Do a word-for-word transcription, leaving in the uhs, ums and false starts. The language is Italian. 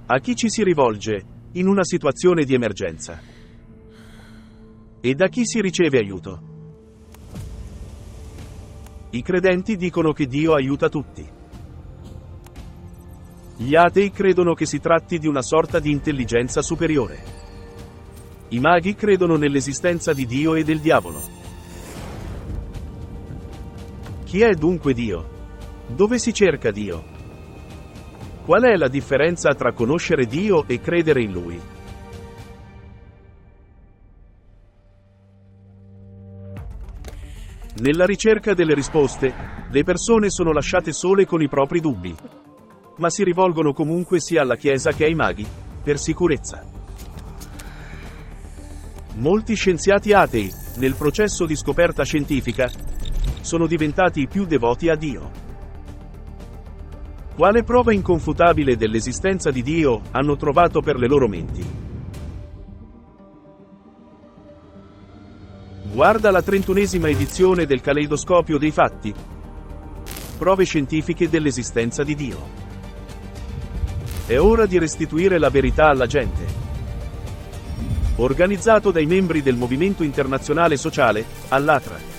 A chi ci si rivolge in una situazione di emergenza? E da chi si riceve aiuto? I credenti dicono che Dio aiuta tutti. Gli atei credono che si tratti di una sorta di intelligenza superiore. I maghi credono nell'esistenza di Dio e del diavolo. Chi è dunque Dio? Dove si cerca Dio? Qual è la differenza tra conoscere Dio e credere in Lui? Nella ricerca delle risposte, le persone sono lasciate sole con i propri dubbi. Ma si rivolgono comunque sia alla Chiesa che ai maghi, per sicurezza. Molti scienziati atei, nel processo di scoperta scientifica, sono diventati più devoti a Dio. Quale prova inconfutabile dell'esistenza di Dio hanno trovato per le loro menti? Guarda la trentunesima edizione del Caleidoscopio dei Fatti. Prove scientifiche dell'esistenza di Dio. È ora di restituire la verità alla gente. Organizzato dai membri del Movimento Internazionale Sociale, Allatra.